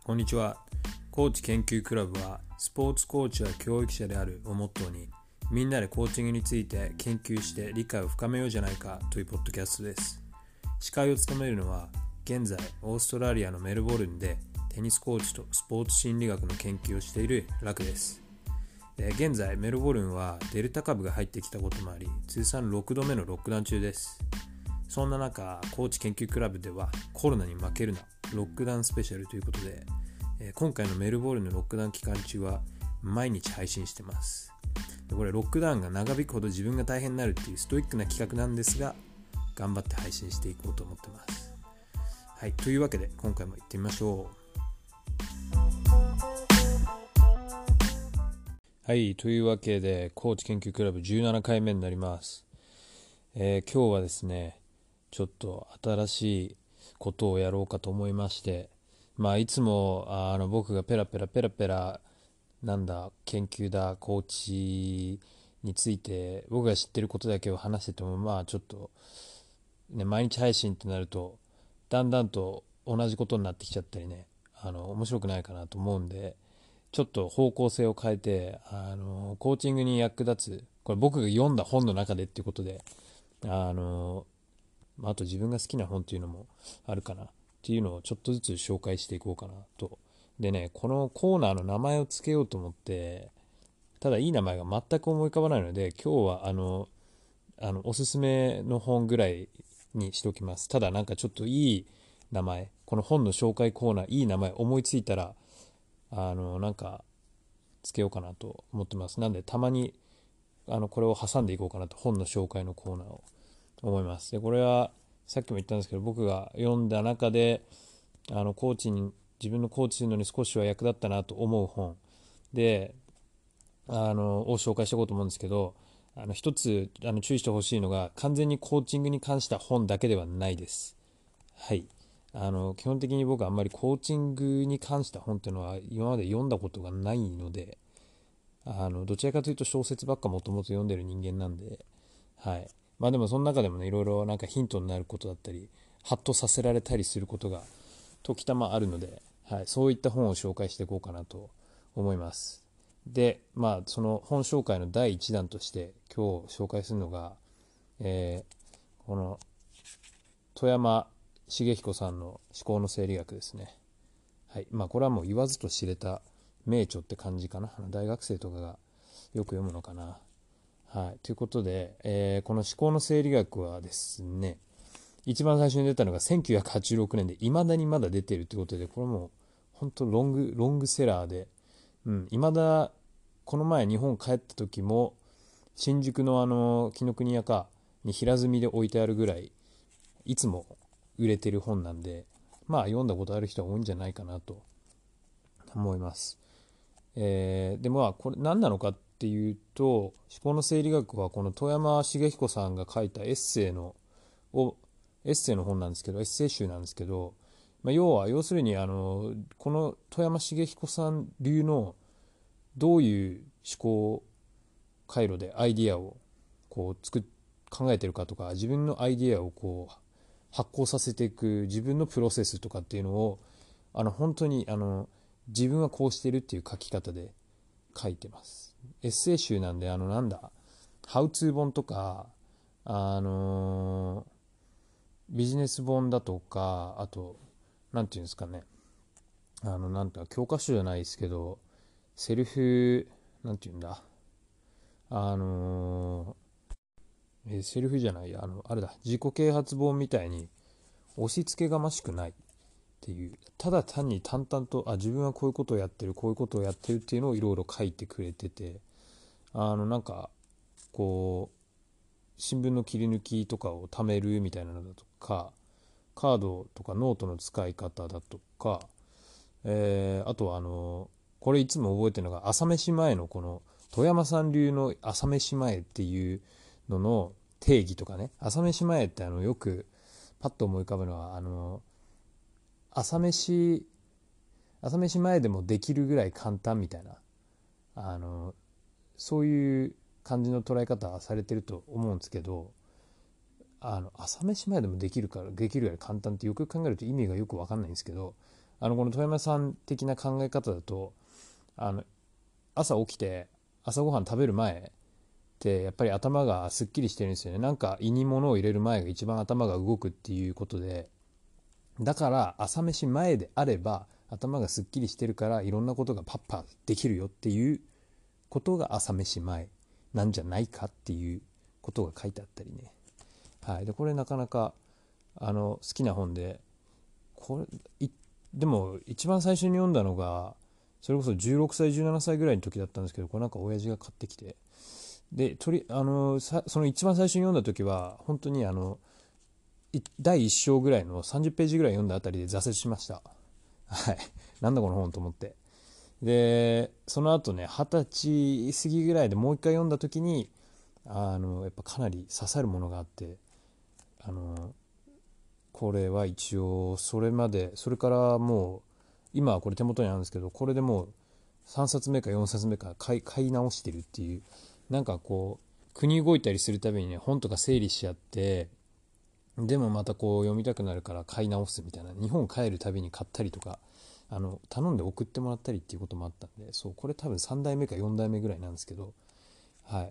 こんにちは。コーチ研究クラブはスポーツコーチは教育者であるをモットーにみんなでコーチングについて研究して理解を深めようじゃないかというポッドキャストです。司会を務めるのは現在オーストラリアのメルボルンでテニスコーチとスポーツ心理学の研究をしているラクです。現在メルボルンはデルタ株が入ってきたこともあり通算6度目のロックダウン中です。そんな中、コーチ研究クラブではコロナに負けるなロックダウンスペシャルということで、今回のメルボルンのロックダウン期間中は毎日配信してます。これロックダウンが長引くほど自分が大変になるっていうストイックな企画なんですが、頑張って配信していこうと思ってます。はい、というわけで今回も行ってみましょう。はい、というわけでコーチ研究クラブ17回目になります。今日はですね、ちょっと新しいことをやろうかと思いまして、いつも僕がペラペラ研究だコーチについて僕が知ってることだけを話しててもちょっとね、毎日配信ってなるとだんだんと同じことになってきちゃったりね、面白くないかなと思うんで、ちょっと方向性を変えてコーチングに役立つ、これ僕が読んだ本の中でっていうことであと自分が好きな本っていうのもあるかなっていうのをちょっとずつ紹介していこうかなと。でね、このコーナーの名前をつけようと思って、ただいい名前が全く思い浮かばないので、今日はおすすめの本ぐらいにしておきます。ただなんかちょっといい名前、この本の紹介コーナーいい名前思いついたらなんかつけようかなと思ってます。なんでたまにこれを挟んでいこうかなと、本の紹介のコーナーを思います。でこれはさっきも言ったんですけど、僕が読んだ中でコーチに自分のコーチするのに少しは役立ったなと思う本でを紹介していこうと思うんですけど、一つ注意してほしいのが、完全にコーチングに関した本だけではないです。はい。基本的に僕はあんまりコーチングに関した本っていうのは今まで読んだことがないので、どちらかというと小説ばっかもともと読んでる人間なんで、はい。でもその中でもね、いろいろなんかヒントになることだったりハッとさせられたりすることが時たまあるので、はい、そういった本を紹介していこうかなと思います。でその本紹介の第1弾として今日紹介するのが、この富山茂彦さんの思考の整理学ですね。はい。これはもう言わずと知れた名著って感じかな。大学生とかがよく読むのかな。はい。ということで、この思考の整理学はですね、一番最初に出たのが1986年で、未だにまだ出てるということで、これも本当ロングセラーで、未だこの前日本帰った時も新宿の紀ノ国屋かに平積みで置いてあるぐらいいつも売れてる本なんで、読んだことある人は多いんじゃないかなと思います。でこれ何なのかっていうと、思考の整理学はこの遠山茂彦さんが書いたエッセイの本なんですけど、エッセイ集なんですけど、要するにこの遠山茂彦さん流のどういう思考回路でアイディアをこう考えてるかとか、自分のアイディアをこう発行させていく自分のプロセスとかっていうのを本当に自分はこうしてるっていう書き方で書いてます。エッセイ集なんでハウツー本とかビジネス本だとか、あとなんていうんですかね、教科書じゃないですけどセルフなんていうんだセルフじゃないあれだ、自己啓発本みたいに押し付けがましくないっていう、ただ単に淡々と自分はこういうことをやってるっていうのをいろいろ書いてくれてて、こう新聞の切り抜きとかを貯めるみたいなのだとか、カードとかノートの使い方だとか、あとはこれいつも覚えてるのが、朝飯前のこの富山さん流の朝飯前っていうのの定義とかね。朝飯前ってよくパッと思い浮かぶのは朝飯前でもできるぐらい簡単みたいなそういう感じの捉え方はされてると思うんですけど、朝飯前でもできるぐらい簡単ってよく考えると意味がよく分かんないんですけど、 この富山さん的な考え方だと、あの朝起きて朝ごはん食べる前ってやっぱり頭がすっきりしてるんですよね。なんか胃に物を入れる前が一番頭が動くっていうことで、だから朝飯前であれば頭がすっきりしてるからいろんなことがパッパできるよっていうことが朝飯前なんじゃないかっていうことが書いてあったりね。はい、でこれなかなか好きな本で、これでも一番最初に読んだのがそれこそ16歳17歳ぐらいの時だったんですけど、これなんか親父が買ってきて、でその一番最初に読んだ時は本当に第1章ぐらいの30ページぐらい読んだあたりで挫折しました。はい、なんだこの本と思って。でその後ね20歳過ぎぐらいでもう一回読んだ時にやっぱかなり刺さるものがあって、これは一応それからもう今はこれ手元にあるんですけど、これでもう3冊目か4冊目か買い直してるっていう、なんかこう国動いたりするたびにね本とか整理しちゃって、でもまたこう読みたくなるから買い直すみたいな、日本帰るたびに買ったりとか頼んで送ってもらったりっていうこともあったんで、そうこれ多分3代目か4代目ぐらいなんですけど、はい。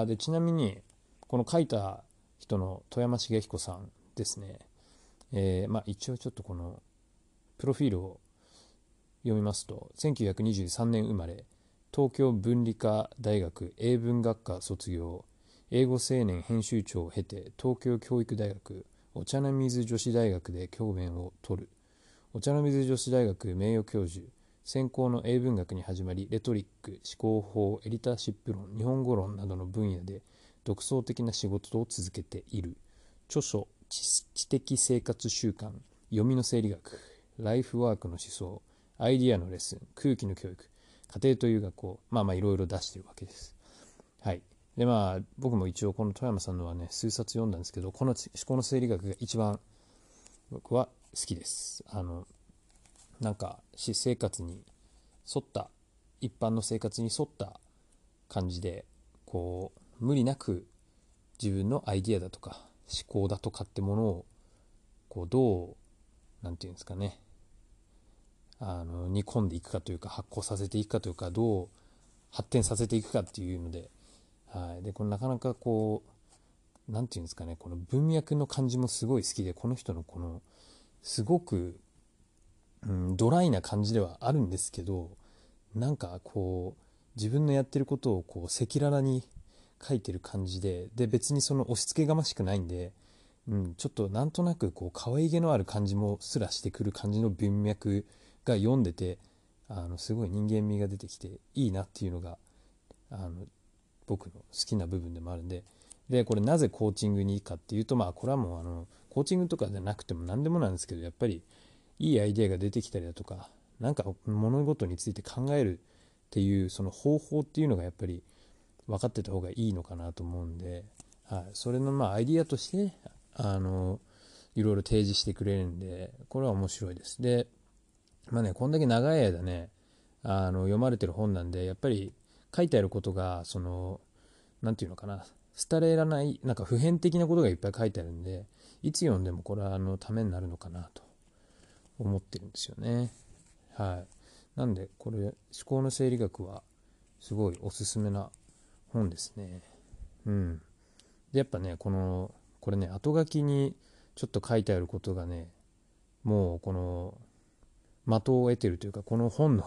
でちなみにこの書いた人の富山茂彦さんですね。一応ちょっとこのプロフィールを読みますと、1923年生まれ、東京文理科大学英文学科卒業、英語青年編集長を経て東京教育大学お茶の水女子大学で教鞭を取る。お茶の水女子大学名誉教授、専攻の英文学に始まり、レトリック、思考法、エリターシップ論、日本語論などの分野で独創的な仕事を続けている。著書、知的生活習慣、読みの整理学、ライフワークの思想、アイディアのレッスン、空気の教育、家庭という学校、いろいろ出しているわけです。はい。で僕も一応この富山さんのはね数冊読んだんですけど、この思考の整理学が一番僕は好きです。なんか生活に沿った、一般の生活に沿った感じで、こう無理なく自分のアイディアだとか思考だとかってものをこうどうなんていうんですかね、煮込んでいくかというか発酵させていくかというか、どう発展させていくかっていうので、はい、でこれなかなかこうなんていうんですかね、この文脈の感じもすごい好きで、この人のこのすごく、ドライな感じではあるんですけど、なんかこう自分のやってることをこう赤裸々に書いてる感じで、別にその押し付けがましくないんで、ちょっとなんとなくこう可愛げのある感じもすらしてくる感じの文脈が読んでて、すごい人間味が出てきていいなっていうのが僕の好きな部分でもあるんで、これなぜコーチングにいいかっていうと、これはもうコーチングとかじゃなくても何でもなんですけど、やっぱりいいアイデアが出てきたりだとか、なんか物事について考えるっていうその方法っていうのがやっぱり分かってた方がいいのかなと思うんで、はい、それのアイディアとしていろいろ提示してくれるんで、これは面白いです。でこんだけ長い間ね読まれてる本なんで、やっぱり書いてあることがなんていうのかな、廃れらない、なんか普遍的なことがいっぱい書いてあるんで、いつ読んでもこれはためになるのかなと思ってるんですよね。はい。なんでこれ思考の整理学はすごいおすすめな本ですね。でやっぱねこれね後書きにちょっと書いてあることがね、もうこの的を得てるというか、この本の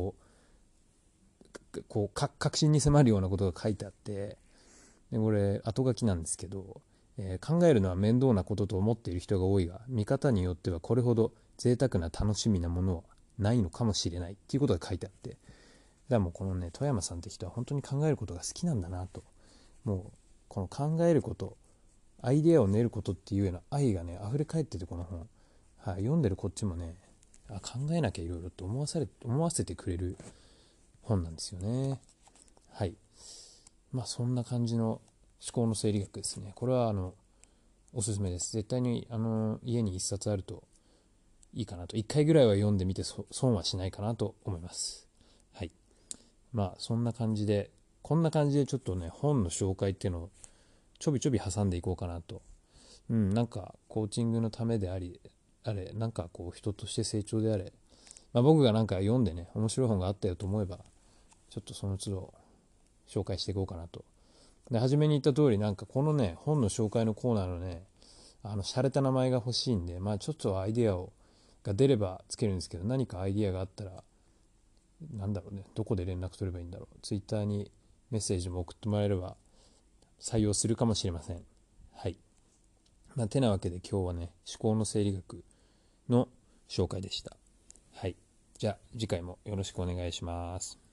確信に迫るようなことが書いてあって、でこれ後書きなんですけど、考えるのは面倒なことと思っている人が多いが、見方によってはこれほど贅沢な楽しみなものはないのかもしれないっていうことが書いてあって、だからもうこのね富山さんって人は本当に考えることが好きなんだなと、もうこの考えること、アイデアを練ることっていうような愛がね溢れ返ってて、この本、はい、読んでるこっちもね考えなきゃいろいろと思わせてくれる本なんですよね。はい。そんな感じの思考の整理学ですね。これはおすすめです。絶対に家に一冊あるといいかなと、一回ぐらいは読んでみて損はしないかなと思います。はい。そんな感じで、こんな感じでちょっとね本の紹介っていうのをちょびちょび挟んでいこうかなと。なんかコーチングのためであれ、なんかこう人として成長であれ、 僕がなんか読んでね、面白い本があったよと思えば、ちょっとその都度紹介していこうかなと。で、初めに言った通り、なんかこのね、本の紹介のコーナーのね、洒落た名前が欲しいんで、ちょっとアイデアが出ればつけるんですけど、何かアイデアがあったら、なんだろうね、どこで連絡取ればいいんだろう。ツイッターにメッセージも送ってもらえれば採用するかもしれません。はい。てなわけで今日はね、思考の整理学の紹介でした。はい。じゃあ次回もよろしくお願いします。